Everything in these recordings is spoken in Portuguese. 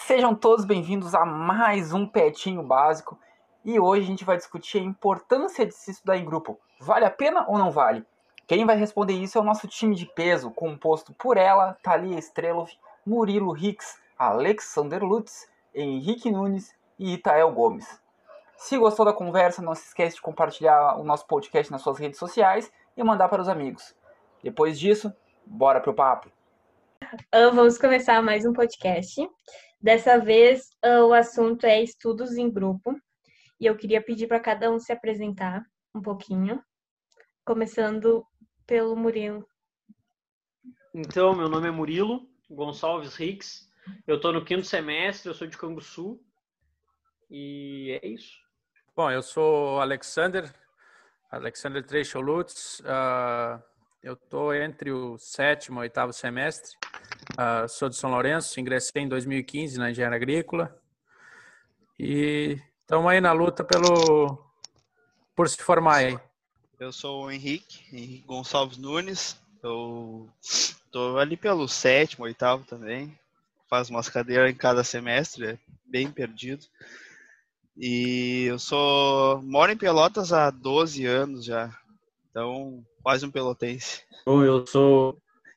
Sejam todos bem-vindos a mais um Petinho Básico. E hoje a gente vai discutir a importância de se estudar em grupo. Vale a pena ou não vale? Quem vai responder isso é o nosso time de peso, composto por ela, Thalia Strelov, Murilo Hicks, Alexander Lutz, Henrique Nunes e Itael Gomes. Se gostou da conversa, não se esquece de compartilhar o nosso podcast nas suas redes sociais e mandar para os amigos. Depois disso, bora pro papo. Vamos começar mais um podcast. Dessa vez, o assunto é estudos em grupo. E eu queria pedir para cada um se apresentar um pouquinho, começando pelo Murilo. Então, meu nome é Murilo Gonçalves Hicks. Eu estou no 5º semestre, eu sou de Canguçu. E é isso. Bom, eu sou Alexander Trecho Lutz. Eu estou entre o 7º e 8º semestre. Sou de São Lourenço, ingressei em 2015 na Engenharia Agrícola. E estamos aí na luta por se formar aí. Eu sou o Henrique Gonçalves Nunes. Eu estou ali pelo 7º, 8º também. Faço umas cadeiras em cada semestre, é bem perdido. E eu moro em Pelotas há 12 anos já. Então, quase um pelotense. Bom, eu sou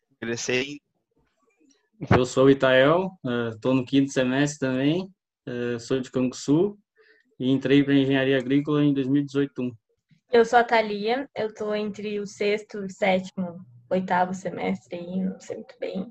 o Itael, estou no 5º semestre também, sou de Canguçu e entrei para Engenharia Agrícola em 2018. Eu sou a Thalia, eu estou entre o 6º, 7º, 8º semestre, aí, não sei muito bem.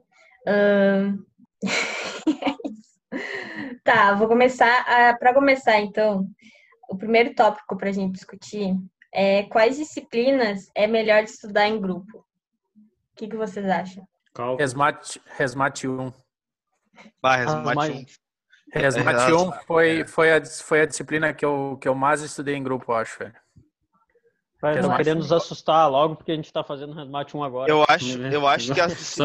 Tá, vou começar. Para começar, então, o primeiro tópico para a gente discutir é quais disciplinas é melhor de estudar em grupo. O que vocês acham? Resmate 1. Resmate 1. Resmate 1 foi a disciplina que eu mais estudei em grupo, eu acho. Estão querendo nos assustar logo porque a gente está fazendo Resmate 1 agora. Eu acho que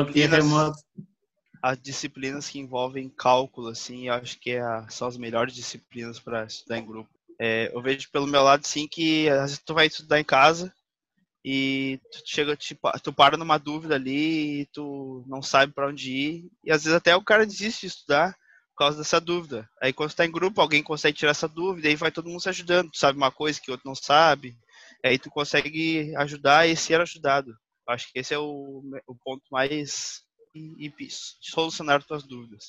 as disciplinas que envolvem cálculo, assim, eu acho que são as melhores disciplinas para estudar em grupo. Eu vejo pelo meu lado, sim, que às vezes tu vai estudar em casa e tu para numa dúvida ali e tu não sabe para onde ir. E às vezes até o cara desiste de estudar por causa dessa dúvida. Aí quando tu tá em grupo, alguém consegue tirar essa dúvida e aí vai todo mundo se ajudando. Tu sabe uma coisa que o outro não sabe. Aí tu consegue ajudar e ser ajudado. Eu acho que esse é o ponto mais e solucionar tuas dúvidas.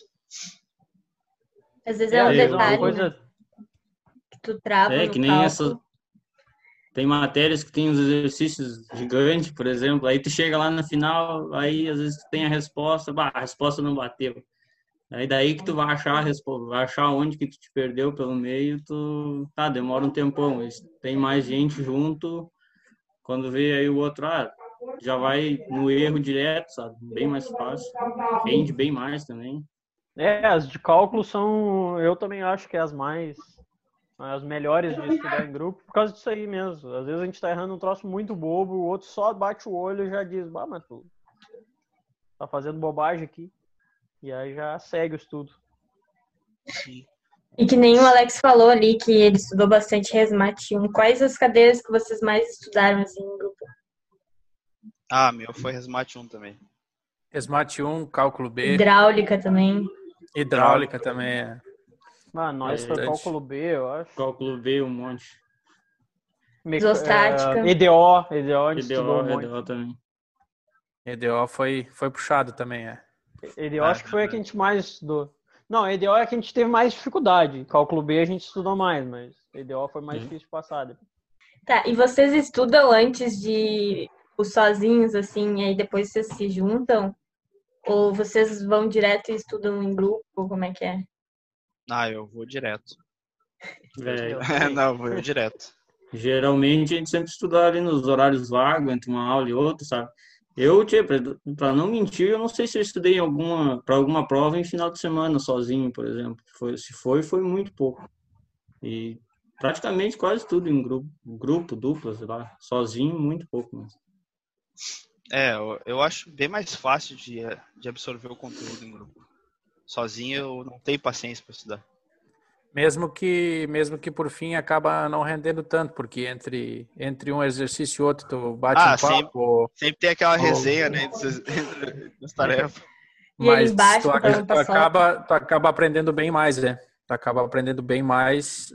Às vezes é um detalhe, né? Que tu trava no que nem cálculo. Tem matérias que tem uns exercícios gigantes, por exemplo, aí tu chega lá no final, aí às vezes tu tem a resposta, a resposta não bateu. Aí daí que tu vai achar a resposta, vai achar onde que tu te perdeu pelo meio, demora um tempão, mas tem mais gente junto, quando vê aí o outro, já vai no erro direto, sabe? Bem mais fácil, rende bem mais também. As de cálculo eu também acho que as melhores de estudar em grupo, por causa disso aí mesmo. Às vezes a gente tá errando um troço muito bobo, o outro só bate o olho e já diz, mas tu tá fazendo bobagem aqui. E aí já segue o estudo. Sim. E que nem o Alex falou ali, que ele estudou bastante Resmate 1. Quais as cadeiras que vocês mais estudaram assim em grupo? Meu foi Resmate 1 também. Resmate 1, Cálculo B. Hidráulica também. Hidráulica também nós foi Cálculo B, eu acho. Cálculo B, um monte. Isostática. EDO, a gente estudou um monte. EDO também. EDO foi puxado também, EDO acho que foi a que a gente mais estudou. Não, EDO é a que a gente teve mais dificuldade. Cálculo B a gente estudou mais, mas EDO foi mais difícil de passar. Tá, e vocês estudam antes de os sozinhos, assim, e aí depois vocês se juntam? Ou vocês vão direto e estudam em grupo? Como é que é? Eu vou direto. Eu vou direto. Geralmente a gente sempre estuda ali nos horários vagos, entre uma aula e outra, sabe? Para não mentir, eu não sei se eu estudei para alguma prova em final de semana sozinho, por exemplo. Se foi muito pouco. E praticamente quase tudo em grupo, dupla, sei lá. Sozinho, muito pouco mesmo. Eu acho bem mais fácil de absorver o conteúdo em grupo. Sozinho eu não tenho paciência para estudar. Mesmo que por fim acaba não rendendo tanto, porque entre um exercício e outro tu bate um papo. Sempre tem aquela resenha, né, das tarefas. E ali Mas embaixo, falando pra solta. tu acaba aprendendo bem mais, né? Tu acaba aprendendo bem mais,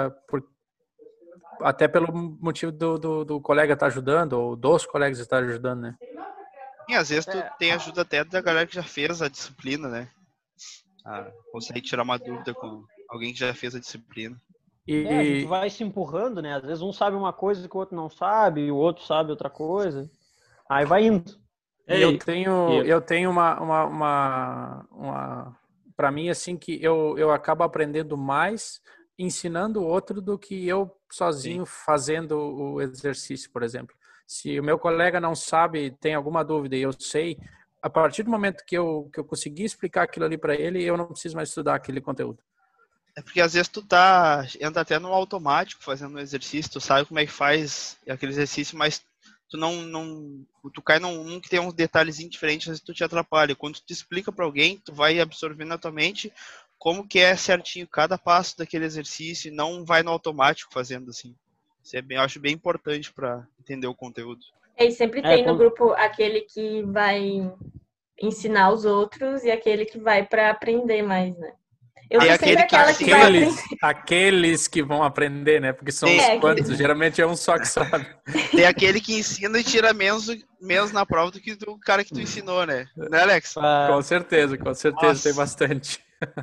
até pelo motivo do colega estar ajudando, ou dos colegas estar ajudando, né? E às vezes tu tem ajuda até da galera que já fez a disciplina, né? Consegue tirar uma dúvida com alguém que já fez a disciplina. A gente vai se empurrando, né? Às vezes um sabe uma coisa que o outro não sabe, o outro sabe outra coisa. Aí vai indo. Eu tenho uma para mim, assim, que eu acabo aprendendo mais ensinando o outro do que eu sozinho fazendo o exercício, por exemplo. Se o meu colega não sabe, tem alguma dúvida e eu sei, a partir do momento que eu conseguir explicar aquilo ali para ele, eu não preciso mais estudar aquele conteúdo. É porque às vezes tu entra até no automático fazendo um exercício, tu sabe como é que faz aquele exercício, mas tu cai num que tem uns detalhezinhos diferentes, às vezes tu te atrapalha. Quando tu explica para alguém, tu vai absorvendo na tua mente como que é certinho cada passo daquele exercício e não vai no automático fazendo assim. Isso eu acho bem importante para entender o conteúdo. E sempre tem no grupo aquele que vai ensinar os outros e aquele que vai para aprender mais, né? Eu sou sempre aquela que vai aprender. Aqueles que vão aprender, né? Porque são uns quantos, geralmente é um só que sabe. Tem aquele que ensina e tira menos na prova do que do cara que tu ensinou, né? Né, Alex? Com certeza, tem bastante.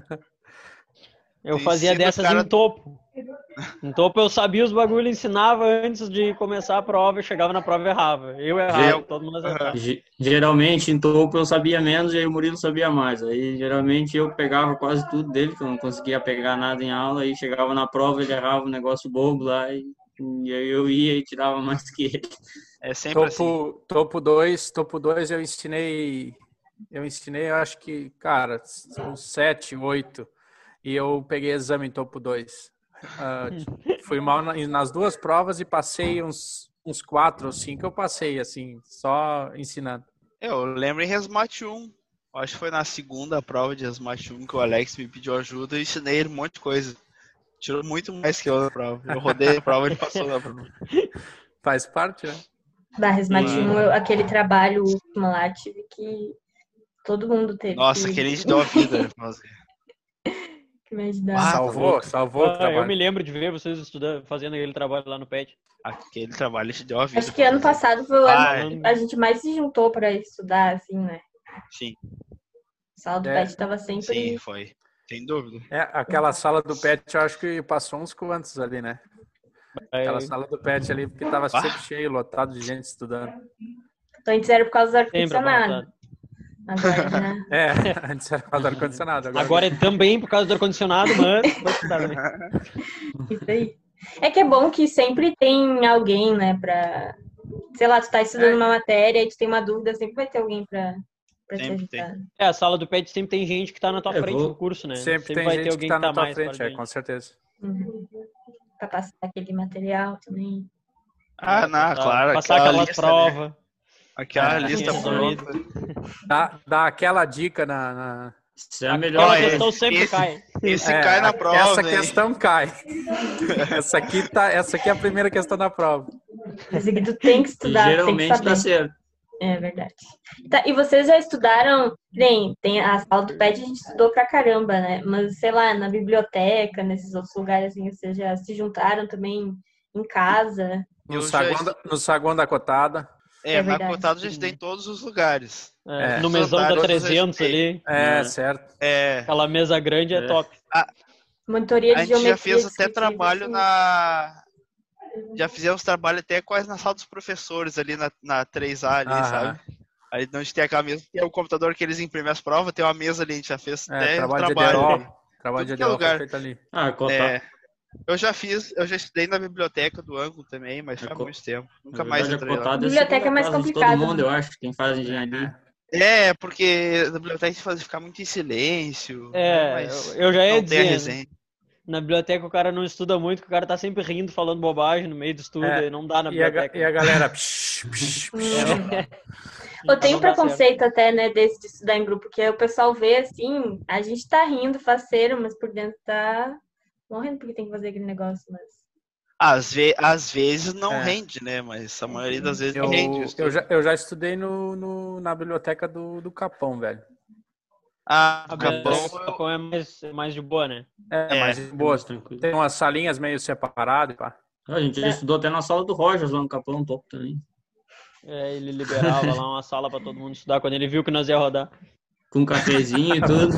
Eu fazia dessas em topo. Em topo eu sabia os bagulhos, ensinava antes de começar a prova e chegava na prova e errava. Eu errava, todo mundo acertava. Geralmente em topo eu sabia menos e aí o Murilo sabia mais. Aí geralmente eu pegava quase tudo dele, que eu não conseguia pegar nada em aula. Aí chegava na prova, ele errava um negócio bobo lá e aí eu ia e tirava mais que ele. É sempre assim. Topo 2 eu ensinei, eu acho que, cara, uns 7, 8. E eu peguei exame em topo 2. Fui mal nas duas provas e passei uns 4 ou 5. Eu passei, assim, só ensinando. Eu lembro em Resmate 1. Acho que foi na segunda prova de Resmate 1 que o Alex me pediu ajuda e ensinei ele um monte de coisa. Tirou muito mais que eu na prova. Eu rodei a prova e ele passou na prova. Faz parte, né? Da Resmate 1, aquele trabalho último lá, tive que todo mundo teve. Nossa, aquele gente deu a vida. Salvou o trabalho. Eu me lembro de ver vocês fazendo aquele trabalho lá no PET. Aquele trabalho te deu a vida. Acho que ano passado foi o ano a gente mais se juntou para estudar, assim, né? Sim. A sala do PET estava sempre... Sim, foi. Sem dúvida. Aquela sala do PET, eu acho que passou uns quantos ali, né? Aquela sala do PET ali, porque estava sempre cheio, lotado de gente estudando. Então antes era por causa do ar-condicionado. Agora, né? Antes era por causa do ar-condicionado. Agora é também por causa do ar-condicionado, mas vai estudar também. Isso aí. É que é bom que sempre tem alguém, né, pra... Sei lá, tu tá estudando uma matéria e tu tem uma dúvida, sempre vai ter alguém pra te ajudar. A sala do PET sempre tem gente que tá na tua frente no curso, né? Sempre tem vai gente ter alguém que tá na tua frente, com certeza. Pra passar aquele material também. Claro. Passar aquelas provas. Né? Aquela lista pronta. Dá aquela dica na... Isso é a melhor. Aquela questão sempre cai. Esse cai na prova. Essa questão cai. Essa aqui é a primeira questão da prova. Esse aqui tu tem que estudar. Geralmente tá certo. É verdade. Tá, e vocês já estudaram, tem a sala do PET, a gente estudou pra caramba, né? Mas, sei lá, na biblioteca, nesses outros lugares, assim, vocês já se juntaram também em casa? No saguão da Cotada. Na Cotada a gente tem em todos os lugares. No mesão da 300 ali. Certo. Aquela mesa grande é top. Monitoria de geometria. A gente já fez até trabalho Já fizemos trabalho até quase na sala dos professores ali na 3A ali, sabe? Aí a gente tem aquela mesa, tem o computador que eles imprimem as provas, tem uma mesa ali, a gente já fez até trabalho de EDO foi feito ali. Eu já estudei na biblioteca do ângulo também, mas faz muito tempo. Nunca mais entrei lá. Biblioteca é mais complicado. Todo mundo, eu acho, quem faz engenharia. Porque na biblioteca você faz ficar muito em silêncio. Eu já ia dizer. Na biblioteca o cara não estuda muito, porque o cara tá sempre rindo, falando bobagem no meio do estudo, e não dá na biblioteca. E a galera... Eu tenho preconceito até, né, desse de estudar em grupo, porque o pessoal vê assim, a gente tá rindo, faceiro, mas por dentro tá morrendo porque tem que fazer aquele negócio, mas... Às vezes não rende, né, mas a maioria das vezes rende. Eu já estudei na biblioteca do Capão, velho. Ah, A Capão. Capão é mais de boa, né? Mais boa. tranquilo. Tem umas salinhas meio separadas, pá. A gente já estudou até na sala do Rogers lá no Capão, top também. Ele liberava lá uma sala pra todo mundo estudar quando ele viu que nós ia rodar. Com um cafezinho e tudo.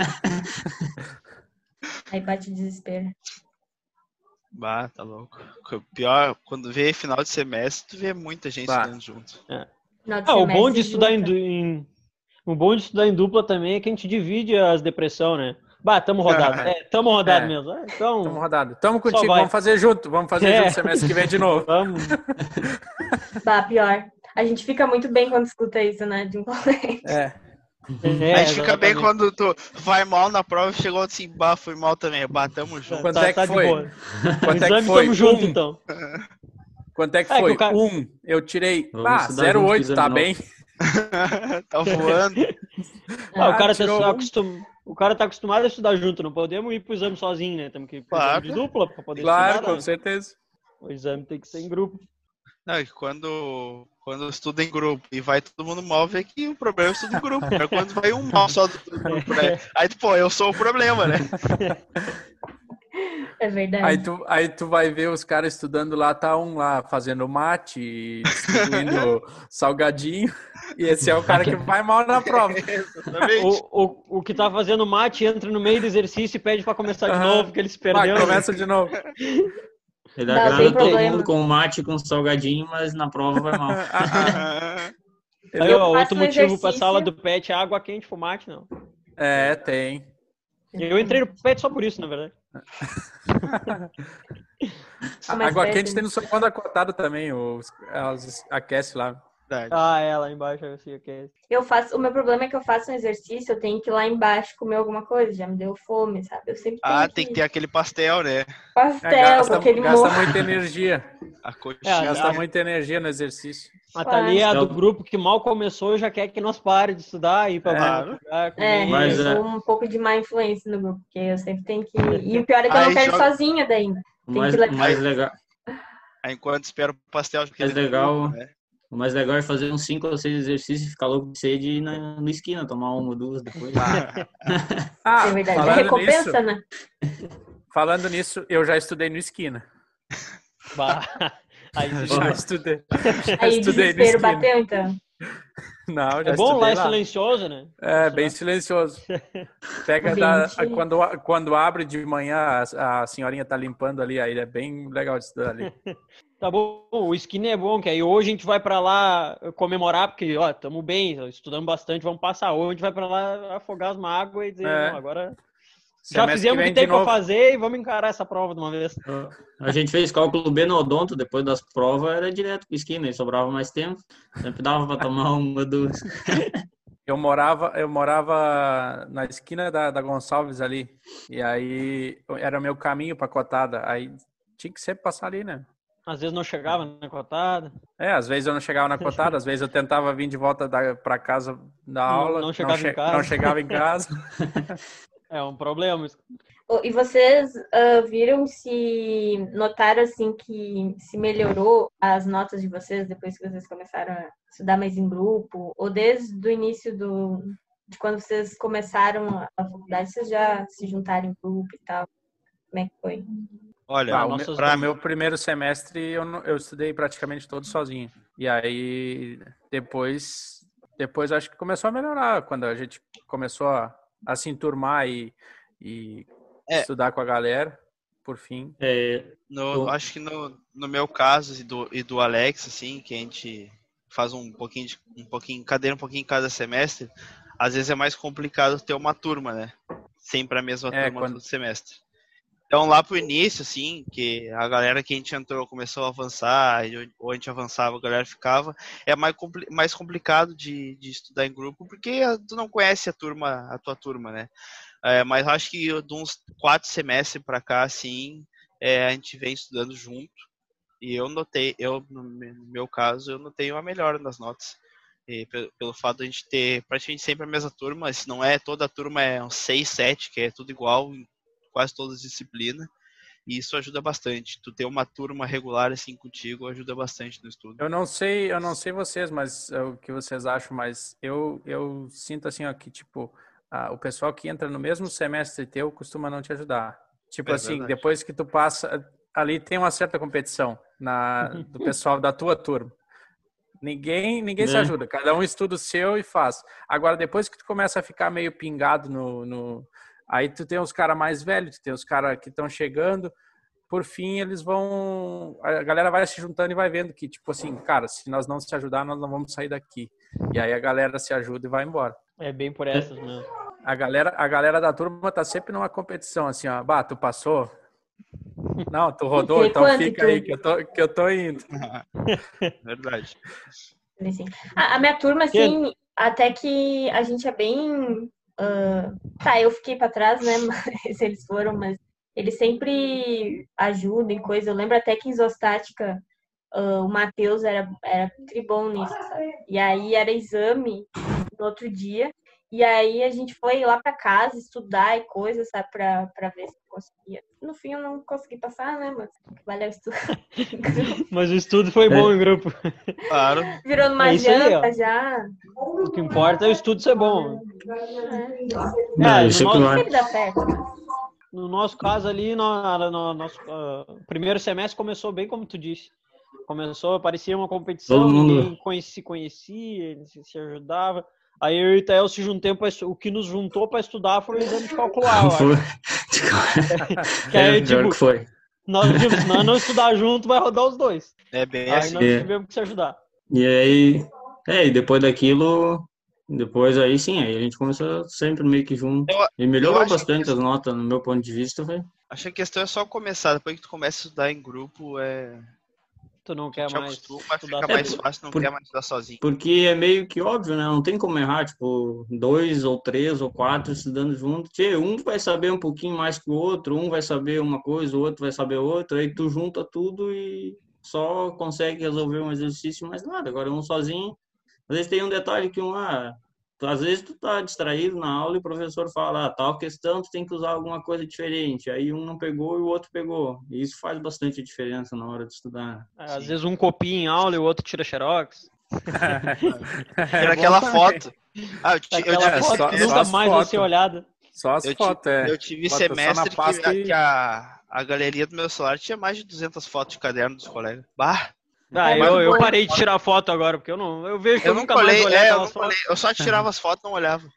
Aí bate desespero. Bah, tá louco. O pior, quando vê final de semestre, tu vê muita gente Bah. estudando junto. Final de O bom de semestre estudar junta. o bom de estudar em dupla também é que a gente divide as depressão, né? Bah, tamo rodado. Tamo rodado É. mesmo. Então, Tamo rodado. Tamo contigo, vai. vamos fazer junto. Vamos fazer junto semestre que vem de novo. vamos. Bah, pior. A gente fica muito bem quando escuta isso, né? De um colega. A gente fica bem quando tu vai mal na prova e chegou assim, bah, fui mal também. Bah, tamo junto. Quanto é que de foi? boa. Quanto No é que exame foi? tamo junto, então. Quanto é que É, foi? que o cara- Eu tirei. Vamos estudar junto 0,8, pro tá exame bem? Tá voando. O cara tá acostumado a estudar junto, não podemos ir pro exame sozinho, né? Temos que ir pro Claro. exame de dupla pra poder Claro, estudar. com né? certeza. O exame tem que ser em grupo. Não, e quando estuda em grupo e vai todo mundo mal, vê que o problema é estudo em grupo. É quando vai um mal só do grupo, né? Aí, pô, eu sou o problema, né? É verdade. Aí tu vai ver os caras estudando lá, tá um lá fazendo mate, distribuindo salgadinho, e esse é o cara que vai mal na prova. Exatamente. O que tá fazendo mate entra no meio do exercício e pede pra começar de novo, porque ele se perdeu. Vai, começa de novo. Ele Não, agrada sem todo problema. mundo com mate, com salgadinho, mas na prova vai mal. Aí, Eu ó, faço outro um motivo pra exercício- sala do PET é água quente pro mate, não. Tem. Eu entrei no PET só por isso, na verdade. Sou mais Água péssima. quente tem no sofá da cotada também, elas aquece lá. Verdade. Lá embaixo, assim, ok. O meu problema é que eu faço um exercício, eu tenho que ir lá embaixo comer alguma coisa, já me deu fome, sabe? Eu sempre tenho Tem que ter aquele pastel, né? pastel, com aquele Gasta molho. muita energia. A coxinha. Gasta muita energia no exercício. A Thalia é a Então- do grupo que mal começou e já quer que nós pare de estudar e ir pra jogar, comer. Mas, eu sou um pouco de má influência no grupo, porque eu sempre tenho que ir. E o pior é que eu Aí não quero ir joga- sozinha daí. O Tem mais, que levar. o mais legal, Aí enquanto espera o pastel. Porque Mais ele é legal. grupo, né? o mais legal é fazer uns 5 ou 6 exercícios, ficar louco de sede e ir na esquina, tomar uma ou duas depois. É verdade. É falando recompensa, nisso, né? falando nisso, eu já estudei no esquina. Bah. Aí, Já estudei. Aí o estudei no desespero esquina. bateu, então. Não, já é bom, lá estudei é silencioso, né? É, bem silencioso. Pega Ambiente. quando abre de manhã, a senhorinha tá limpando ali, aí é bem legal de estudar ali. Tá bom, o skinny é bom, que aí hoje a gente vai pra lá comemorar, porque, ó, tamo bem, estudamos bastante, vamos passar. Hoje a gente vai pra lá afogar as mágoas e dizer, não, agora já Semestre fizemos o vem que tem de pra novo. fazer e vamos encarar essa prova de uma vez. A gente fez cálculo B no odonto, depois das provas era direto com esquina, e sobrava mais tempo. Sempre dava pra tomar uma, duas. Eu morava na esquina da Gonçalves ali, e aí era meu caminho pra cotada, aí tinha que sempre passar ali, né? Às vezes não chegava na cotada. Às vezes eu não chegava na cotada, às vezes eu tentava vir de volta pra casa da aula, não chegava em casa. não chegava em casa. É um problema. E vocês notaram assim que se melhorou as notas de vocês depois que vocês começaram a estudar mais em grupo? Ou desde o início de quando vocês começaram a faculdade, vocês já se juntaram em grupo e tal? Como é que foi? Olha, Para meu primeiro semestre eu estudei praticamente todo sozinho. E aí depois acho que começou a melhorar quando a gente começou a se enturmar e estudar com a galera, por fim. Acho que no meu caso e do Alex, assim, que a gente faz um pouquinho em cada semestre, às vezes é mais complicado ter uma turma, né? Sempre a mesma turma todo semestre. Então, lá pro início, assim, que a galera que a gente entrou começou a avançar, ou a gente avançava, a galera ficava, é mais complicado de estudar em grupo, porque tu não conhece a tua turma, né? Mas acho que de uns 4 semestres pra cá, assim, a gente vem estudando junto, e no meu caso, eu notei uma melhora nas notas. E pelo fato de a gente ter praticamente sempre a mesma turma, se não é toda a turma, é uns 6, 7, que é tudo igual, quase todas as disciplinas, e isso ajuda bastante. Tu ter uma turma regular assim contigo ajuda bastante no estudo. Eu não sei vocês, mas o que vocês acham, mas eu sinto assim, ó, que tipo, o pessoal que entra no mesmo semestre teu costuma não te ajudar. Tipo assim, verdade. depois que tu passa, ali tem uma certa competição do pessoal da tua turma. Ninguém se ajuda, cada um estuda o seu e faz. Agora, depois que tu começa a ficar meio pingado aí tu tem os caras mais velhos, tu tem os caras que estão chegando, por fim a galera vai se juntando e vai vendo que, tipo assim, cara, se nós não se ajudar, nós não vamos sair daqui. E aí a galera se ajuda e vai embora. É bem por essas mesmo. A galera da turma tá sempre numa competição, assim, ó, tu passou? Não, tu rodou, então fica aí, que eu tô indo. Verdade. Assim. A minha turma, assim, até que a gente é bem... eu fiquei pra trás, né? Mas eles foram, mas eles sempre ajudam em coisa. Eu lembro até que em isostática o Matheus era tribom nisso, sabe? E aí era exame no outro dia. E aí a gente foi lá pra casa estudar e coisas, sabe? Pra ver se conseguia. No fim eu não consegui passar, né? Mas valeu o estudo. Mas o estudo foi bom em grupo. Claro. Virou numa janta já. O que importa é o estudo ser bom. Isso é claro. Sempre dá certo. No nosso caso ali, no nosso primeiro semestre começou bem como tu disse. Parecia uma competição, Todo mundo... ninguém se conhecia, se ajudava. Aí eu e o Theo se juntamos, o que nos juntou para estudar foi o exame de cálculo A, eu acho. Que aí, tipo, que foi. Nós não estudar junto, vai rodar os dois. É bem aí assim. Nós tivemos que se ajudar. E aí, e depois daquilo, aí a gente começou sempre meio que junto. E melhorou bastante as notas, no meu ponto de vista. Acho que a questão é só começar, depois que tu começa a estudar em grupo, tu não quer mais estudar. Fica mais fácil, não quer mais estudar sozinho. Porque é meio que óbvio, né? Não tem como errar, tipo, 2 ou 3 ou 4 estudando junto. Um vai saber um pouquinho mais que o outro, um vai saber uma coisa, o outro vai saber outra, aí tu junta tudo e só consegue resolver um exercício mais nada. Agora, um sozinho, às vezes tem um detalhe que às vezes tu tá distraído na aula e o professor fala, tal questão tu tem que usar alguma coisa diferente. Aí um não pegou e o outro pegou. E isso faz bastante diferença na hora de estudar. Às vezes um copia em aula e o outro tira xerox. Era aquela foto. Aquela foto que nunca mais vai ser olhada. Só as fotos, Eu tive semestre que a galeria do meu celular tinha mais de 200 fotos de caderno dos colegas. Bah! Eu parei de tirar foto agora, porque eu vejo que eu nunca mais olhei aquelas fotos. Eu só tirava as fotos e não olhava.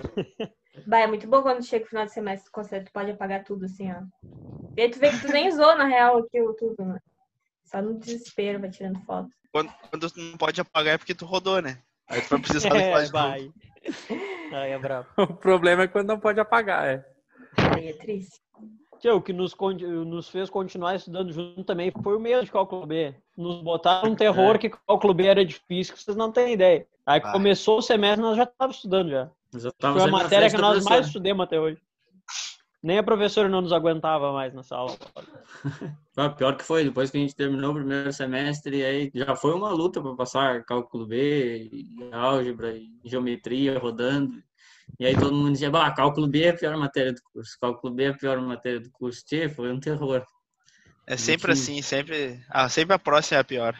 É muito bom quando chega o final de semestre, tu pode apagar tudo, assim, ó. E aí tu vê que tu nem usou, na real, aquilo tudo, né? Só no desespero vai tirando foto. Quando tu não pode apagar é porque tu rodou, né? Aí tu vai precisar de vai. Aí é bravo. O problema é quando não pode apagar, Aí é triste. O que nos fez continuar estudando junto também foi o medo de cálculo B. Nos botaram um terror que cálculo B era difícil, que vocês não têm ideia. Aí começou o semestre, nós já estávamos estudando já. Foi a matéria que nós mais estudamos até hoje. Nem a professora não nos aguentava mais nessa aula. Pior que foi, depois que a gente terminou o primeiro semestre, aí já foi uma luta para passar cálculo B, álgebra, e geometria rodando. E aí todo mundo dizia, cálculo B é a pior matéria do curso, cálculo B é a pior matéria do curso. Foi um terror. É sempre assim, sempre a próxima é a pior.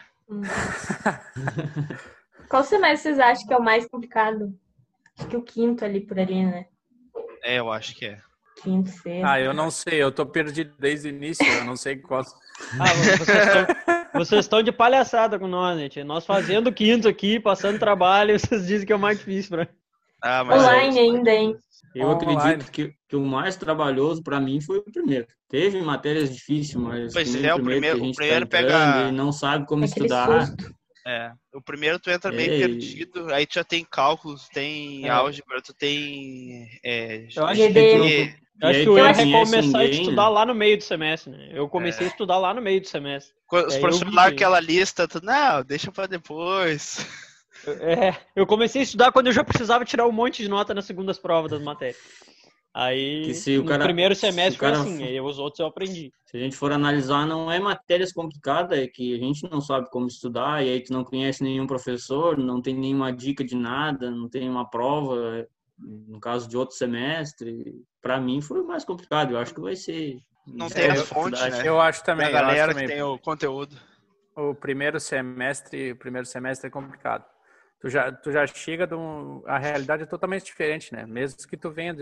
Qual semestre vocês acham que é o mais complicado? Acho que o quinto ali por ali, né? Eu acho que é. Quinto, sexto. Eu não sei, eu tô perdido desde o início, eu não sei qual. Vocês estão de palhaçada com nós, gente. Nós fazendo quinto aqui, passando trabalho, vocês dizem que é o mais difícil, né? Online ainda, hein? Eu acredito que o mais trabalhoso para mim foi o primeiro. Teve matérias difíceis, mas o primeiro pega e não sabe como estudar. Susto. O primeiro tu entra meio perdido, aí tu já tem cálculos, tem álgebra, tu tem eu acho que o erro é começar a estudar lá no meio do semestre, né? Eu comecei a estudar lá no meio do semestre. Os professores lá aquela lista, não, deixa pra depois. Eu comecei a estudar quando eu já precisava tirar um monte de nota nas segundas provas das matérias. Aí, no primeiro semestre foi assim, aí os outros eu aprendi. Se a gente for analisar, não é matérias complicadas, é que a gente não sabe como estudar, e aí tu não conhece nenhum professor, não tem nenhuma dica de nada, não tem uma prova, no caso de outro semestre. Para mim foi o mais complicado, eu acho que vai ser... Não tem as fontes, né? Eu acho também. A galera que tem o conteúdo. O primeiro semestre é complicado. tu já chega a realidade é totalmente diferente, né? Mesmo que tu venha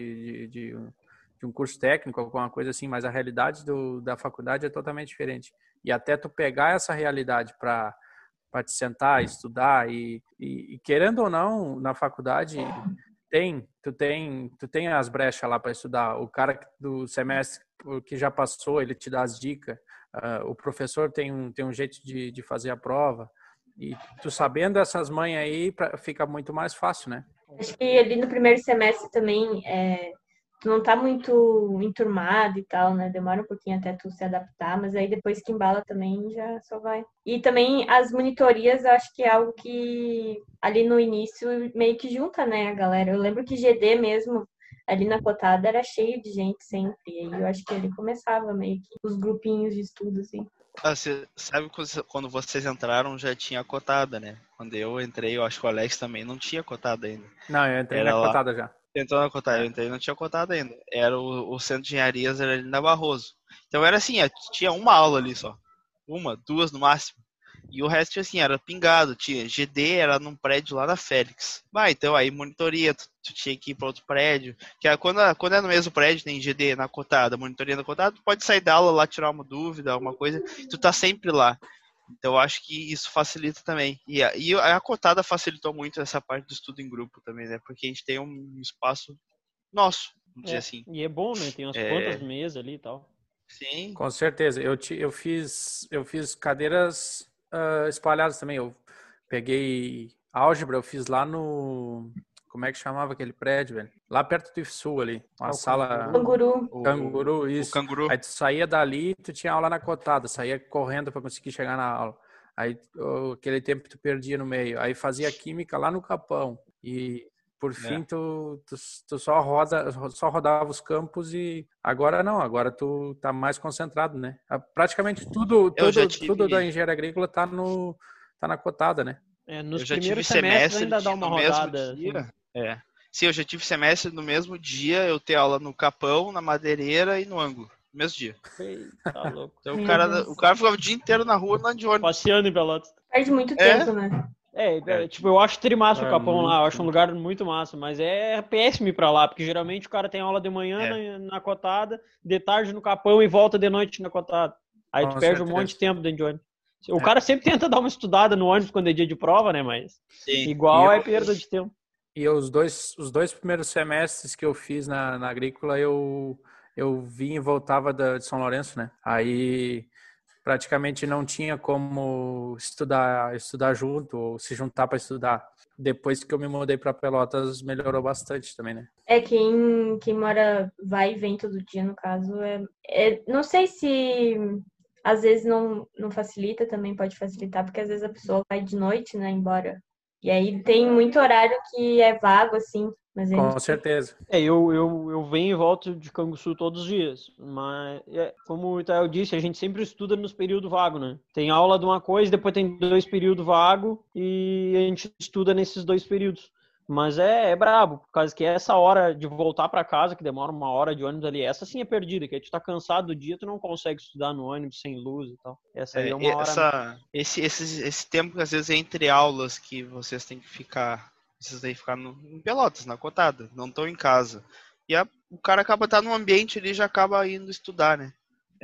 de um curso técnico, alguma coisa assim, mas a realidade da faculdade é totalmente diferente. E até tu pegar essa realidade para te sentar, estudar e querendo ou não, na faculdade tu tem as brechas lá para estudar. O cara do semestre que já passou, ele te dá as dicas. O professor tem um jeito de fazer a prova. E tu sabendo essas manhas aí, fica muito mais fácil, né? Acho que ali no primeiro semestre também tu não tá muito enturmado e tal, né? Demora um pouquinho até tu se adaptar, mas aí depois que embala também já só vai. E também as monitorias, eu acho que é algo que ali no início meio que junta, né, a galera. Eu lembro que GD mesmo, ali na cotada, era cheio de gente sempre. E aí eu acho que ali começava meio que os grupinhos de estudo, assim. Você sabe que quando vocês entraram já tinha cotada, né? Quando eu entrei, eu acho que o Alex também não tinha cotada ainda. Não, eu entrei na cotada já. Entrou na cotada, eu entrei e não tinha cotada ainda. Era o centro de engenharias, era ali na Barroso. Então era assim, tinha uma aula ali só. Uma, duas no máximo. E o resto, assim, era pingado. Tinha GD, era num prédio lá na Félix. Então aí monitoria, tu tinha que ir para outro prédio. Que quando é no mesmo prédio, tem GD na cotada, monitoria na cotada, tu pode sair da aula lá, tirar uma dúvida, alguma coisa. Tu tá sempre lá. Então eu acho que isso facilita também. E a cotada facilitou muito essa parte do estudo em grupo também, né? Porque a gente tem um espaço nosso, vamos dizer assim. E é bom, né? Tem umas quantas mesas ali e tal. Sim. Com certeza. Eu fiz cadeiras espalhadas também. Eu peguei álgebra, eu fiz lá no... Como é que chamava aquele prédio, velho? Lá perto do IFSU ali. Uma sala... Canguru. Canguru, isso. O Canguru. Aí tu saía dali, tu tinha aula na cotada. Saía correndo para conseguir chegar na aula. Aí aquele tempo tu perdia no meio. Aí fazia química lá no Capão. E por fim tu só rodava os campos e agora não. Agora tu tá mais concentrado, né? Praticamente tudo da engenharia agrícola tá na cotada, né? Nos eu já primeiros tive semestre ainda dá uma no rodada. Mesmo dia. Assim. Sim, eu já tive semestre no mesmo dia, eu ter aula no Capão, na Madeireira e no Ângulo. No mesmo dia. Tá louco. Então o cara ficava o dia inteiro na rua andando de ônibus. Passeando em Pelotas. Perde muito tempo, né? Tipo, eu acho trimassa o Capão muito, lá, eu acho um lugar muito massa, mas é péssimo ir pra lá, porque geralmente o cara tem aula de manhã na cotada, de tarde no Capão e volta de noite na cotada. Aí tu perde um monte de tempo dentro de ônibus. O cara sempre tenta dar uma estudada no ônibus quando é dia de prova, né? Mas igual é perda de tempo. E os dois primeiros semestres que eu fiz na agrícola, eu vim e voltava de São Lourenço, né? Aí praticamente não tinha como estudar junto ou se juntar para estudar. Depois que eu me mudei para Pelotas, melhorou bastante também, né? Quem mora, vai e vem todo dia, no caso, não sei se às vezes não facilita, também pode facilitar, porque às vezes a pessoa vai de noite, né, embora. E aí tem muito horário que é vago, assim. Mas Com certeza. Eu venho e volto de Canguçu todos os dias, mas como o Itael disse, a gente sempre estuda nos períodos vagos, né? Tem aula de uma coisa, depois tem 2 períodos vagos e a gente estuda nesses 2 períodos. Mas é brabo, por causa que essa hora de voltar para casa, que demora 1 hora de ônibus ali, essa sim é perdida, que aí tu tá cansado do dia, tu não consegue estudar no ônibus sem luz e tal. Essa aí é uma hora... Esse tempo, às vezes, é entre aulas que vocês têm que ficar... Vocês têm que ficar em Pelotas, na cotada, não estão em casa. E o cara acaba estar num ambiente ali e já acaba indo estudar, né?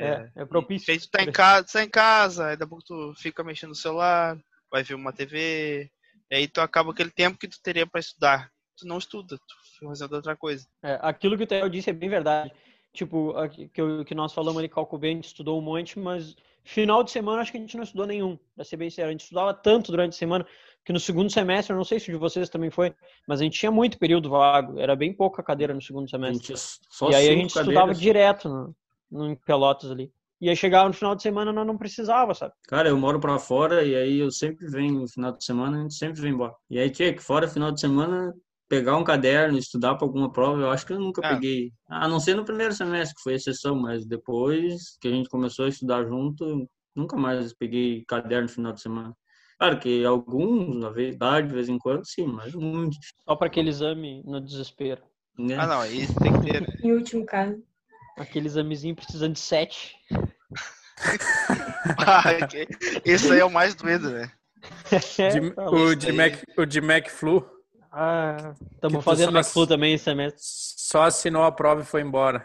É propício. Aí tu tá em casa, aí daqui a pouco tu fica mexendo no celular, vai ver uma TV... E aí tu acaba aquele tempo que tu teria para estudar. Tu não estuda, tu fica fazendo outra coisa. Aquilo que o Theo disse é bem verdade. Tipo, que nós falamos ali, cálculo bem, a gente estudou um monte, mas final de semana acho que a gente não estudou nenhum, pra ser bem sério. A gente estudava tanto durante a semana, que no segundo semestre, eu não sei se de vocês também foi, mas a gente tinha muito período vago, era bem pouca cadeira no segundo semestre. E aí a gente estudava direto no Pelotas ali. E aí chegava no final de semana, nós não precisava, sabe? Cara, eu moro pra fora e aí eu sempre venho no final de semana, a gente sempre vem embora. E aí, que fora final de semana, pegar um caderno, estudar pra alguma prova, eu acho que eu nunca peguei. A não ser no primeiro semestre, que foi exceção, mas depois que a gente começou a estudar junto, nunca mais peguei caderno no final de semana. Claro que alguns, na verdade, de vez em quando, sim, mas muito. Só para aquele exame no desespero. Né? Não, isso tem que ter, né? Em último caso. Aquele examezinho precisando de 7. Esse aí é o mais doido, né? O de McFlu. Estamos tu fazendo só McFlu também esse semestre. Só assinou a prova e foi embora.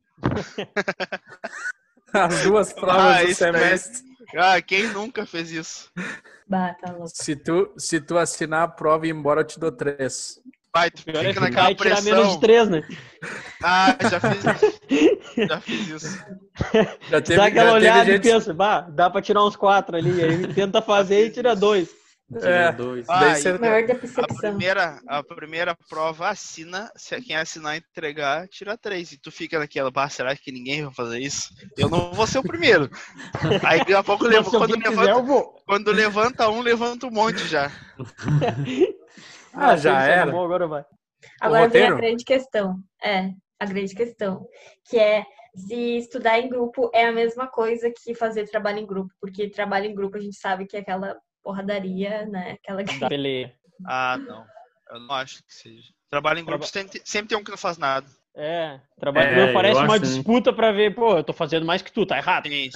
As duas provas do isso daí. semestre. Quem nunca fez isso? Bah, tá louco. Se tu assinar a prova e ir embora, eu te dou 3. Vai, tu Pior é fica que naquela vai tirar pressão. menos de 3, né? Já fiz isso. Dá aquela olhada e pensa, dá pra tirar uns 4 ali. Aí tenta fazer e tira 2. Tira 2. Maior decepção. A primeira prova assina, se quem assinar e entregar, tira 3. E tu fica naquela, será que ninguém vai fazer isso? Eu não vou ser o primeiro. Aí daqui a pouco quando levanta um, levanta um monte já. Já era. Bom, agora vai. Agora vem a grande questão. A grande questão. Que é se estudar em grupo é a mesma coisa que fazer trabalho em grupo. Porque trabalho em grupo a gente sabe que é aquela porradaria, né? Aquela... Não. Eu não acho que seja. Trabalho em grupo sempre tem um que não faz nada. Trabalho em grupo parece uma disputa pra ver, eu tô fazendo mais que tu, tá errado. Sim.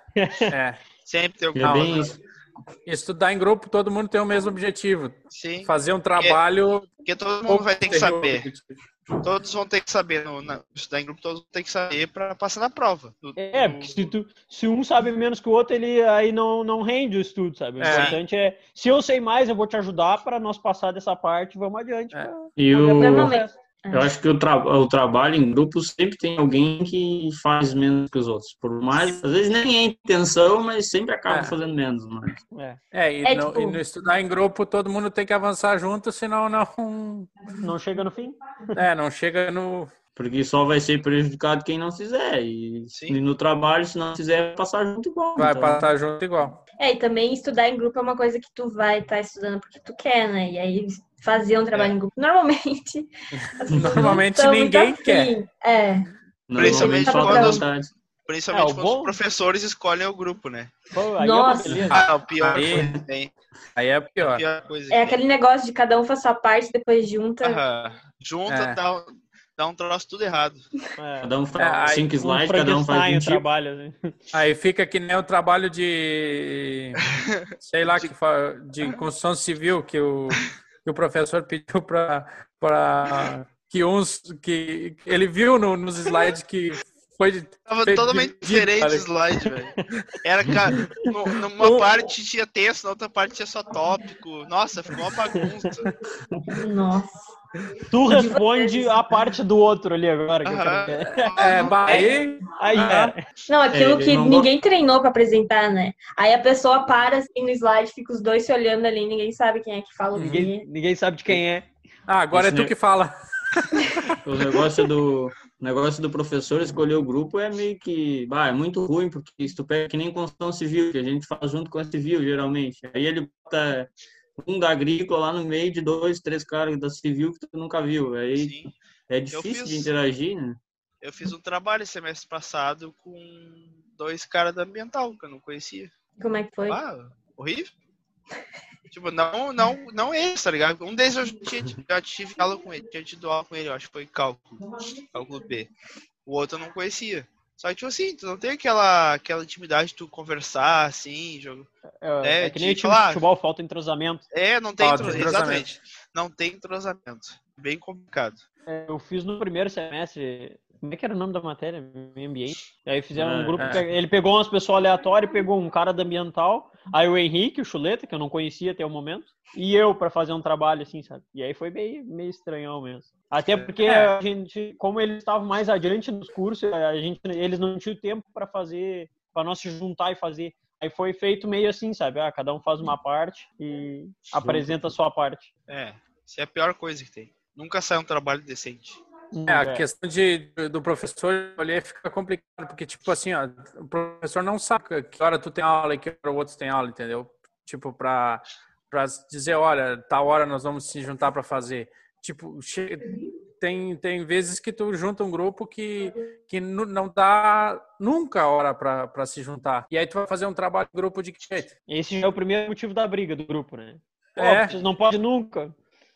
Sempre tem um que não faz nada. Estudar em grupo, todo mundo tem o mesmo objetivo. Sim. Fazer um trabalho... Porque todo mundo vai ter que saber. Todos vão ter que saber. Estudar em grupo, todos vão ter que saber para passar na prova. Porque se um sabe menos que o outro, ele aí não rende o estudo, sabe? O importante é, se eu sei mais, eu vou te ajudar para nós passar dessa parte, vamos adiante. Eu acho que o trabalho em grupo sempre tem alguém que faz menos que os outros. Por mais, às vezes nem é intenção, mas sempre acaba fazendo menos. E no estudar em grupo, todo mundo tem que avançar junto, senão não chega no fim. Não chega no... Porque só vai ser prejudicado quem não fizer. E no trabalho, se não fizer, vai passar junto igual. Vai passar junto igual. E também estudar em grupo é uma coisa que tu vai estar estudando porque tu quer, né? E aí fazer um trabalho em grupo, normalmente ninguém quer. Principalmente quando os professores escolhem o grupo, né? Nossa! O pior coisa que tem. Aí é pior. Aquele negócio de cada um faz sua parte, depois junta. Dá um troço tudo errado. Cada um faz 5 slides, cada um faz um trabalho. Assim. Aí fica que nem o trabalho de... sei lá, de construção civil, que o professor pediu para que ele viu nos slides que foi... Tava totalmente diferente o slide, velho. Era, numa parte tinha texto, na outra parte tinha só tópico. Nossa, ficou uma bagunça. Nossa. Tu responde a parte do outro ali agora. Não, aquilo que ninguém treinou pra apresentar, né? Aí a pessoa para assim no slide, fica os dois se olhando ali, ninguém sabe quem é que fala o quê. Ninguém sabe de quem é. Agora é tu que fala. O negócio do professor escolher o grupo é meio que... é muito ruim, porque se tu pega que nem construção civil, que a gente faz junto com a civil, geralmente. Aí ele bota... um da agrícola lá no meio de 2, 3 caras da civil que tu nunca viu. Aí é difícil de interagir, né? Eu fiz um trabalho semestre passado com 2 caras da ambiental que eu não conhecia. Como é que foi? Horrível. Tipo, não eles, tá ligado? Um deles eu já tive aula com ele, tinha tido aula com ele, eu acho que foi cálculo B. O outro eu não conhecia. Só que, tipo assim, tu não tem aquela intimidade de tu conversar, assim, jogo. É que nem o time de futebol, falta entrosamento. Não tem entrosamento. Exatamente. Não tem entrosamento. Bem complicado. Eu fiz no primeiro semestre, como é que era o nome da matéria? Meio ambiente. Aí fizeram um grupo, ele pegou umas pessoas aleatórias, pegou um cara da ambiental, aí o Henrique, o Chuleta, que eu não conhecia até o momento, e eu pra fazer um trabalho assim, sabe? E aí foi meio estranhão mesmo. Até porque a gente, como eles estavam mais adiante nos cursos, eles não tinham tempo para fazer, para nós se juntar e fazer. Aí foi feito meio assim, sabe? Cada um faz uma parte e apresenta a sua parte. Isso é a pior coisa que tem. Nunca sai um trabalho decente. A questão do professor olhar fica complicado, porque, tipo assim, o professor não sabe que hora tu tem aula e que hora o outro tem aula, entendeu? Tipo, pra dizer, olha, tal hora nós vamos se juntar para fazer. Tipo, tem vezes que tu junta um grupo que não dá nunca hora para se juntar. E aí tu vai fazer um trabalho em grupo de que jeito? Esse já é o primeiro motivo da briga do grupo, né? Vocês não podem nunca.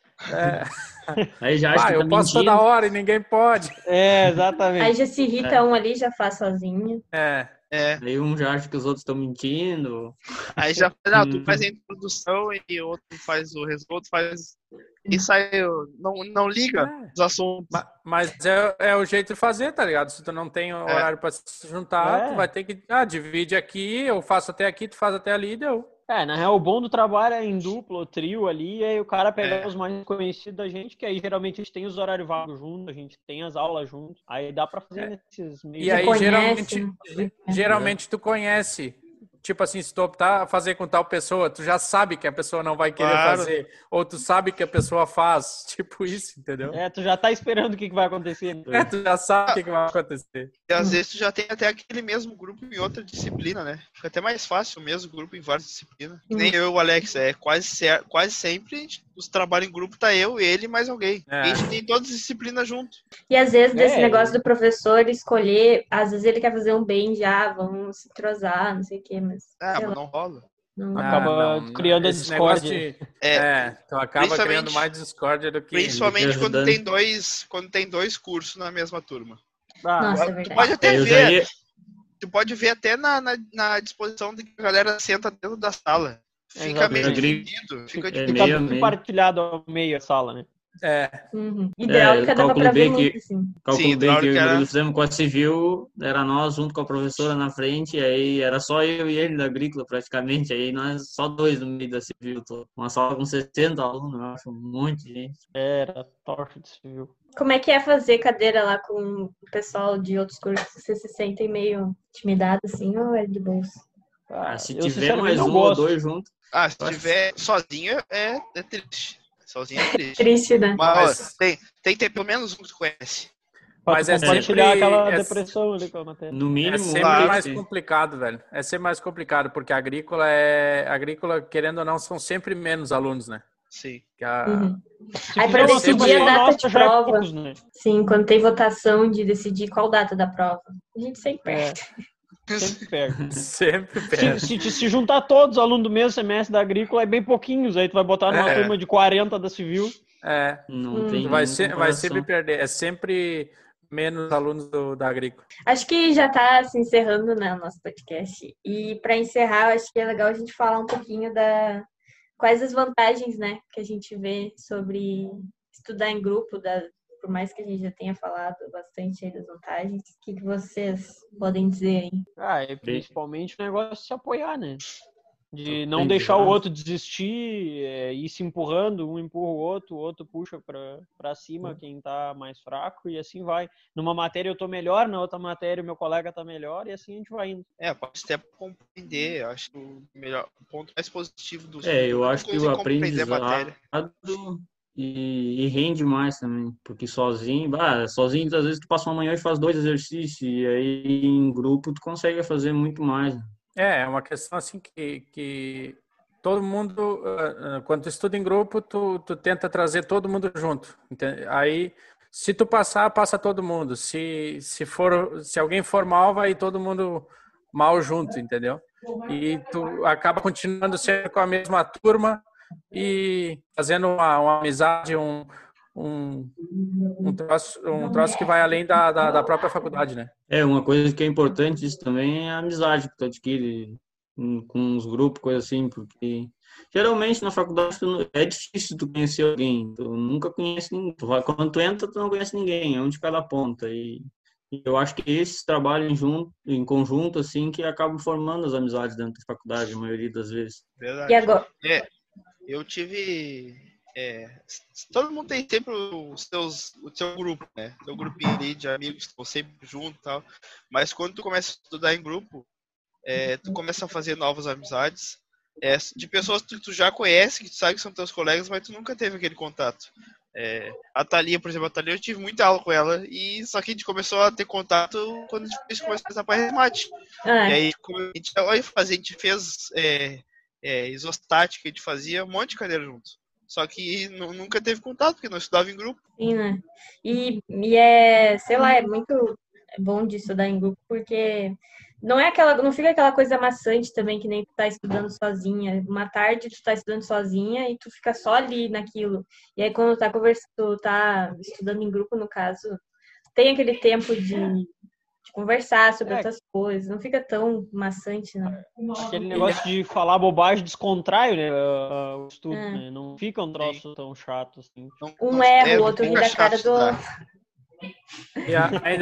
Aí já acha que eu posso toda hora e ninguém pode. Exatamente. Aí já se irrita um ali, já faz sozinho. Aí um já acha que os outros estão mentindo. Aí já não, tu faz a introdução e o outro faz o resultado, faz. E sai, não liga os assuntos. Mas é o jeito de fazer, tá ligado? Se tu não tem horário pra se juntar, tu vai ter que. Divide aqui, eu faço até aqui, tu faz até ali e deu. Na real, o bom do trabalho é em duplo ou trio ali, e aí o cara pega os mais conhecidos da gente, que aí geralmente a gente tem os horários vagos juntos, a gente tem as aulas juntos, aí dá pra fazer nesses meios. E aí, geralmente tu conhece. Tipo assim, se tu optar a fazer com tal pessoa, tu já sabe que a pessoa não vai querer fazer, ou tu sabe que a pessoa faz, tipo isso, entendeu? Tu já tá esperando o que vai acontecer. Tu já sabe o que vai acontecer. E às vezes tu já tem até aquele mesmo grupo em outra disciplina, né? Fica até mais fácil o mesmo grupo em várias disciplinas. Nem eu e o Alex, quase sempre os trabalhos em grupo tá eu, ele e mais alguém. E a gente tem todas as disciplinas junto. E às vezes desse negócio do professor escolher, às vezes ele quer fazer um bem já, vamos se entrosar, não sei o quê, mas... mas não rola. Acaba criando a discórdia. Tu acaba criando mais discórdia do que... Principalmente quando tem dois cursos na mesma turma. Nossa, é verdade. Tu pode até ver... Tu pode ver até na disposição de que a galera senta dentro da sala. Fica meio dividido. Fica compartilhado ao meio a sala, né? Hidráulica dava pra ver muito, assim. Cálculo B que nós fizemos com a Civil, era nós junto com a professora na frente, e aí era só eu e ele da agrícola praticamente, aí nós só dois no meio da Civil. Uma sala com 60 alunos, eu acho, um monte de gente. Era torta de Civil. Como é que é fazer cadeira lá com o pessoal de outros cursos? Vocês se sentem meio intimidados assim ou é de bolsa? Se tiver mais um ou dois juntos. Se tiver sozinho é triste. Sozinho é triste. Triste, né? Mas tem que ter pelo menos um que tu conhece. Mas é sempre aquela depressão ali com a matéria. No mínimo, é sempre mais complicado, velho. É sempre mais complicado, porque a agrícola, querendo ou não, são sempre menos alunos, né? Sim. Aí para decidir a data de prova. Sim, quando tem votação de decidir qual data da prova. A gente sempre perde. Sempre pega. Sempre pega. Se juntar todos os alunos do mesmo semestre da agrícola, é bem pouquinhos. Aí tu vai botar numa turma de 40 da civil. Não tem vai sempre perder. É sempre menos alunos da agrícola. Acho que já está se encerrando, né, o nosso podcast. E para encerrar, acho que é legal a gente falar um pouquinho quais as vantagens, né, que a gente vê sobre estudar em grupo, por mais que a gente já tenha falado bastante aí das vantagens. O que vocês podem dizer aí? É principalmente o negócio de se apoiar, né? De não deixar o outro desistir, ir se empurrando, um empurra o outro puxa pra cima quem tá mais fraco e assim vai. Numa matéria eu tô melhor, na outra matéria o meu colega tá melhor e assim a gente vai indo. Pode até compreender, eu acho que o ponto mais positivo do eu acho que o aprendizado e rende mais também, porque sozinho às vezes tu passa uma manhã e faz 2 exercícios e aí em grupo tu consegue fazer muito mais. É uma questão assim que todo mundo, quando tu estuda em grupo, tu tenta trazer todo mundo junto. Entende? Aí, se tu passa todo mundo. Se alguém for mal, vai todo mundo mal junto, entendeu? E tu acaba continuando sempre com a mesma turma e fazendo uma amizade, um troço que vai além da própria faculdade, né? Uma coisa que é importante isso também é a amizade que tu adquire com os grupos, coisa assim, porque geralmente na faculdade é difícil tu conhecer alguém, tu nunca conhece ninguém, quando tu entra tu não conhece ninguém, é um de cada ponta, e eu acho que esses trabalham em conjunto, assim, que acabam formando as amizades dentro da faculdade, a maioria das vezes. Verdade. E agora? Eu tive... todo mundo tem sempre o seu grupo, né? Seu grupinho ali de amigos que estão sempre juntos e tal. Mas quando tu começa a estudar em grupo, tu começa a fazer novas amizades de pessoas que tu já conhece, que tu sabe que são teus colegas, mas tu nunca teve aquele contato. A Thalia, por exemplo, eu tive muita aula com ela, e só que a gente começou a ter contato quando a gente começou a fazer a parte. E aí a gente fez isostática, a gente fazia um monte de cadeira junto. Só que nunca teve contato, porque não estudava em grupo. Sim, né? E sei lá, é muito bom de estudar em grupo, porque não fica aquela coisa maçante também, que nem tu tá estudando sozinha. Uma tarde tu tá estudando sozinha e tu fica só ali naquilo. E aí quando tu tá estudando em grupo, no caso, tem aquele tempo de conversar sobre É. outras coisas. Não fica tão maçante, não. Aquele negócio de falar bobagem descontrai, né, o estudo, É. né? Não fica um troço tão chato assim. Um erra, o outro fica ri da chato cara do estudar. outro. E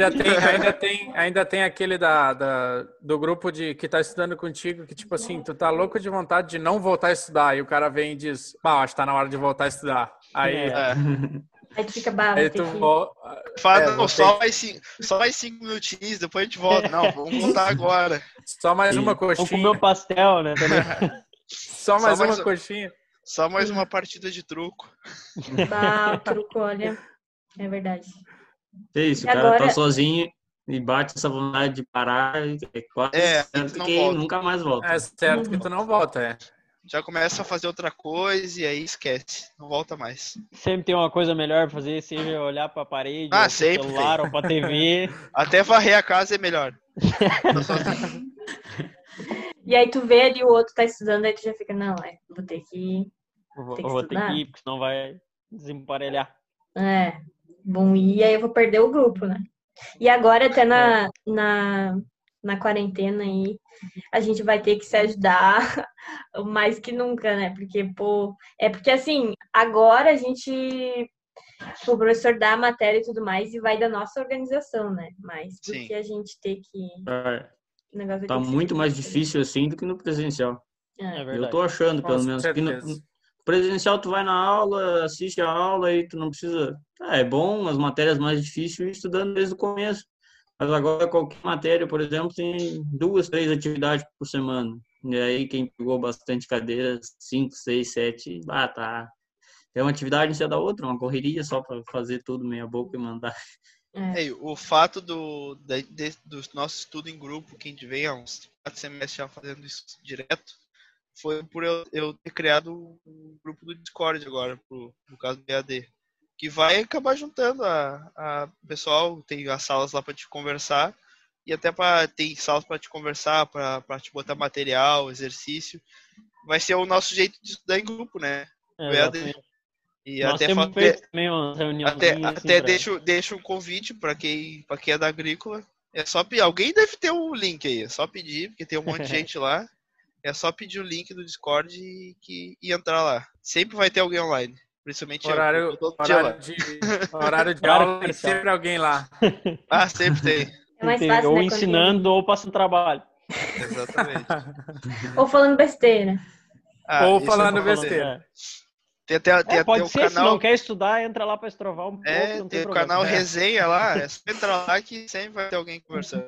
ainda tem aquele do grupo que tá estudando contigo, que tipo assim, tu tá louco de vontade de não voltar a estudar, e o cara vem e diz, acho que tá na hora de voltar a estudar. Aí, É. Aí tu fica, bah, aí vou ter tu que... Fala, não, vou só ter mais 5 minutinhos, depois a gente volta. Não, vamos voltar agora. só mais uma Vou comer coxinha. um pastel, né? Também. Só mais só uma mais- coxinha. Só mais uma partida de truco. Bah, o truco, olha. É verdade. É isso, E o cara agora- tá sozinho e bate essa vontade de parar, é quase É, certo não que volta. nunca mais volta. É certo que tu não volta, é. Já começa a fazer outra coisa e aí esquece. Não volta mais. Sempre tem uma coisa melhor pra fazer, seja olhar pra parede, ou pro sempre celular, ou pra TV. Até varrer a casa é melhor. Tá sozinho. E aí tu vê ali o outro tá estudando, aí tu já fica, não, vou ter que... Eu Tem que vou ter estudar? que ir, porque senão vai desemparelhar. É, bom ir, aí eu vou perder o grupo, né? E agora até na quarentena aí, a gente vai ter que se ajudar mais que nunca, né? Porque, porque assim, agora a gente, o professor dá a matéria e tudo mais, e vai da nossa organização, né? Mas porque Sim. a gente tem que... O negócio vai Tá ter que ser muito mais diferente. difícil assim do que no presencial. É Eu verdade. tô achando, Com pelo menos, que no certeza. presencial tu vai na aula, assiste a aula e tu não precisa... é bom, as matérias mais difíceis ir estudando desde o começo. Mas agora qualquer matéria, por exemplo, tem 2, 3 atividades por semana. E aí quem pegou bastante cadeiras, 5, 6, 7, tá. É uma atividade em cima da outra, uma correria só para fazer tudo meia boca e mandar. E o fato do nosso estudo em grupo, que a gente vem há uns 4 semestres já fazendo isso direto, foi por eu ter criado um grupo do Discord agora, no caso do EAD. Que vai acabar juntando a pessoal, tem as salas lá para te conversar, e até tem salas para te conversar, para te botar material, exercício. Vai ser o nosso jeito de estudar em grupo, né? É, O EAD. exatamente. E Nós até temos feito também uma reuniãozinha assim, até pra- deixo um convite para quem é da Agrícola. É só pedir. Alguém deve ter um link aí. É só pedir, porque tem um monte de gente lá. É só pedir o link do Discord e entrar lá. Sempre vai ter alguém online. Principalmente eu tô todo dia lá. Horário de Horário aula, tem comercial. sempre alguém lá. Ah, sempre tem. É mais fácil, ou né? quando ensinando ou passando trabalho. Exatamente. Ou falando besteira. Ou isso falando eu vou besteira. falar. Tem até Pode o ser, se não canal. quer estudar, entra lá pra estrovar um pouco, não Tem tem o problema. canal Resenha lá. É só entrar lá que sempre vai ter alguém conversando.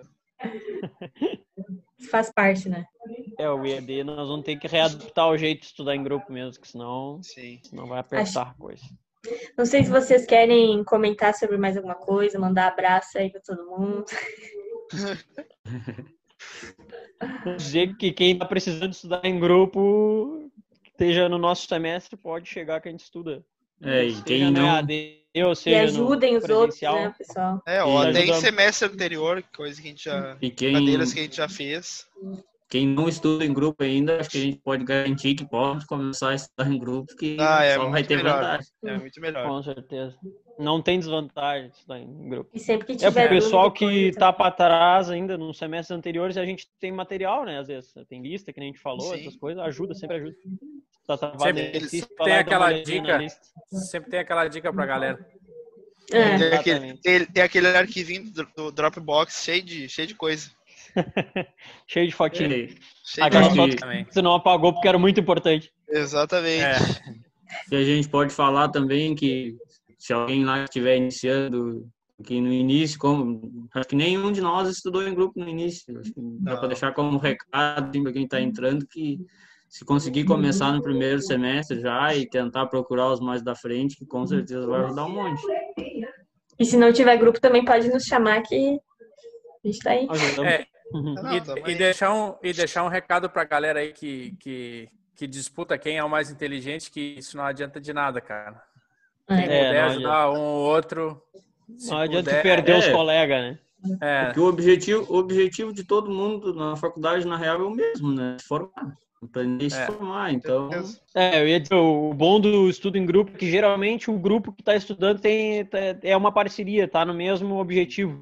Faz parte, né? O EAD nós vamos ter que readaptar o jeito de estudar em grupo mesmo, que senão Sim. vai apertar a coisa. Não sei se vocês querem comentar sobre mais alguma coisa, mandar abraço aí pra todo mundo. Dizer que quem tá precisando estudar em grupo, que esteja no nosso semestre, pode chegar que a gente estuda. E Seja quem no não... EAD, ou E seja ajudem no os outros, presencial. né, pessoal? Ou E até em ajudamos. semestre anterior, coisa que a gente já. E Cadeiras que a gente já fez. quem não estuda em grupo ainda, acho que a gente pode garantir que pode começar a estudar em grupo, que É só vai muito ter melhor. vantagem. É muito melhor. Com certeza. Não tem desvantagem de estudar em grupo. E sempre que É tiver pro pessoal dúvida, que coisa, tá para trás ainda nos semestres anteriores, a gente tem material, né? Às vezes tem lista, que nem a gente falou, Sim. essas coisas, ajuda, sempre ajuda. Tá travado Sempre- no exercício, sempre vai tem lá e dá uma aquela olhadinha dica. na lista. Sempre tem aquela dica pra galera. É. Exatamente. Tem aquele arquivinho do Dropbox cheio de coisa. Cheio de fotinho. E Cheio Aquela Acho foto que- que Também. você não apagou porque era muito importante. Exatamente. É. que a gente pode falar também que se alguém lá estiver iniciando, que no início, acho que nenhum de nós estudou em grupo no início. Acho que dá Não. para deixar como recado para quem está entrando que se conseguir começar no primeiro semestre já e tentar procurar os mais da frente, que com certeza vai ajudar um monte. E se não tiver grupo, também pode nos chamar que a gente tá aí. Ajudamos. É, Uhum. Não, também. e deixar um recado pra galera aí que disputa quem é o mais inteligente, que isso não adianta de nada, cara. Quem É. puder não ajudar um ou outro, se Não adianta puder, perder os é. colegas, né? é, Porque o objetivo de todo mundo na faculdade, na real, é o mesmo, né? Se formar. Aprender a se É. formar. Então, Eu ia dizer, o bom do estudo em grupo é que geralmente o grupo que está estudando é uma parceria, tá no mesmo objetivo.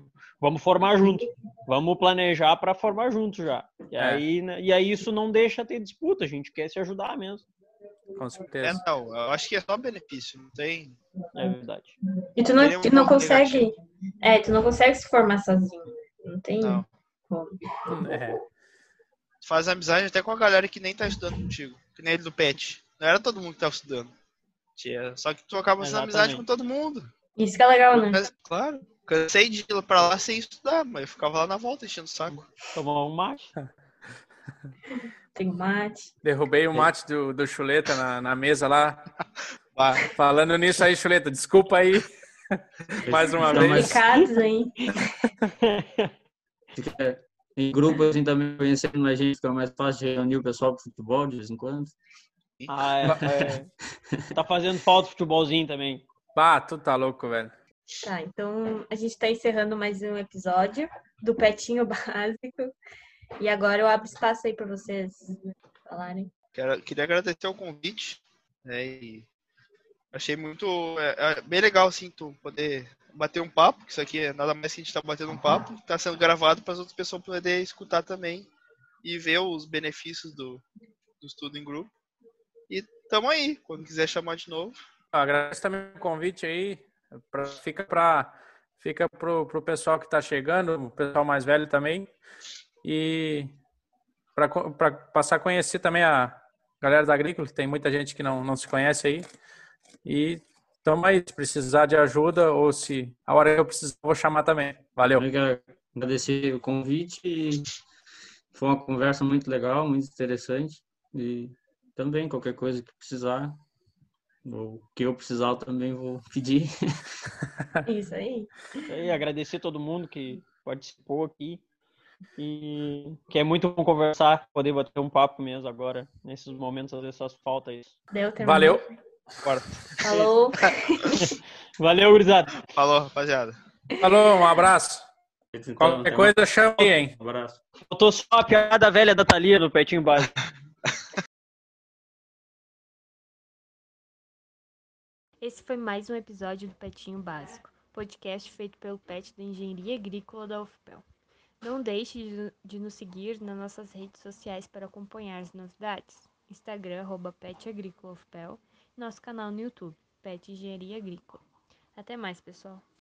vamos formar junto. Vamos planejar para formar junto já. E aí isso não deixa ter disputa, a gente quer se ajudar mesmo. Com certeza. Não, eu acho que é só benefício, não tem. É verdade. E tu Tem não um ponto consegue. Tu não consegue se formar sozinho. Não tem Não. como. É. Tu faz amizade até com a galera que nem tá estudando contigo. Que nem ele do PET. Não era todo mundo que tava estudando. Só que tu acaba fazendo amizade com todo mundo. Isso que é legal, né? Mas, claro, cansei de ir pra lá sem estudar, mas eu ficava lá na volta enchendo o saco. Tomar um mate. Tem mate. Derrubei o mate do Chuleta na mesa lá. Ah, Falando nisso aí, Chuleta, desculpa aí. Mais uma vez. Complicados, hein? Em grupo, assim, também conhecendo a gente, fica mais fácil de reunir o pessoal pro futebol de vez em quando. Tá fazendo falta o futebolzinho também. Tu tá louco, velho. Tá, então a gente tá encerrando mais um episódio do Petinho Básico. E agora eu abro espaço aí pra vocês falarem. queria agradecer o convite. E achei muito. Bem legal, assim, tu poder bater um papo. Isso aqui é nada mais que a gente tá batendo um papo. Tá sendo gravado para as outras pessoas poderem escutar também. E ver os benefícios do estudo em grupo. E tamo aí, quando quiser chamar de novo. Agradeço também o convite aí. Fica pro pessoal que tá chegando, o pessoal mais velho também. E para passar a conhecer também a galera da Agrícola, que tem muita gente que não se conhece aí. E tamo aí, se precisar de ajuda ou se a hora que eu precisar, vou chamar também. Valeu. Eu quero agradecer o convite. Foi uma conversa muito legal, muito interessante. E também, qualquer coisa que precisar, ou que eu precisar, eu também vou pedir. Isso aí. E agradecer todo mundo que participou aqui. E que é muito bom conversar, poder bater um papo mesmo agora. Nesses momentos, às vezes, só falta isso. Valeu. Bora. Falou. Valeu, gurizada. Falou, rapaziada. Falou, um abraço. Então, Qualquer coisa, chama aí, hein? Um abraço. Faltou só a piada velha da Thalia no Petinho Básico. Esse foi mais um episódio do Petinho Básico, podcast feito pelo PET da Engenharia Agrícola da UFPEL. Não deixe de nos seguir nas nossas redes sociais para acompanhar as novidades. Instagram, @PetAgrícola UFPEL, e nosso canal no YouTube, PET Engenharia Agrícola. Até mais, pessoal!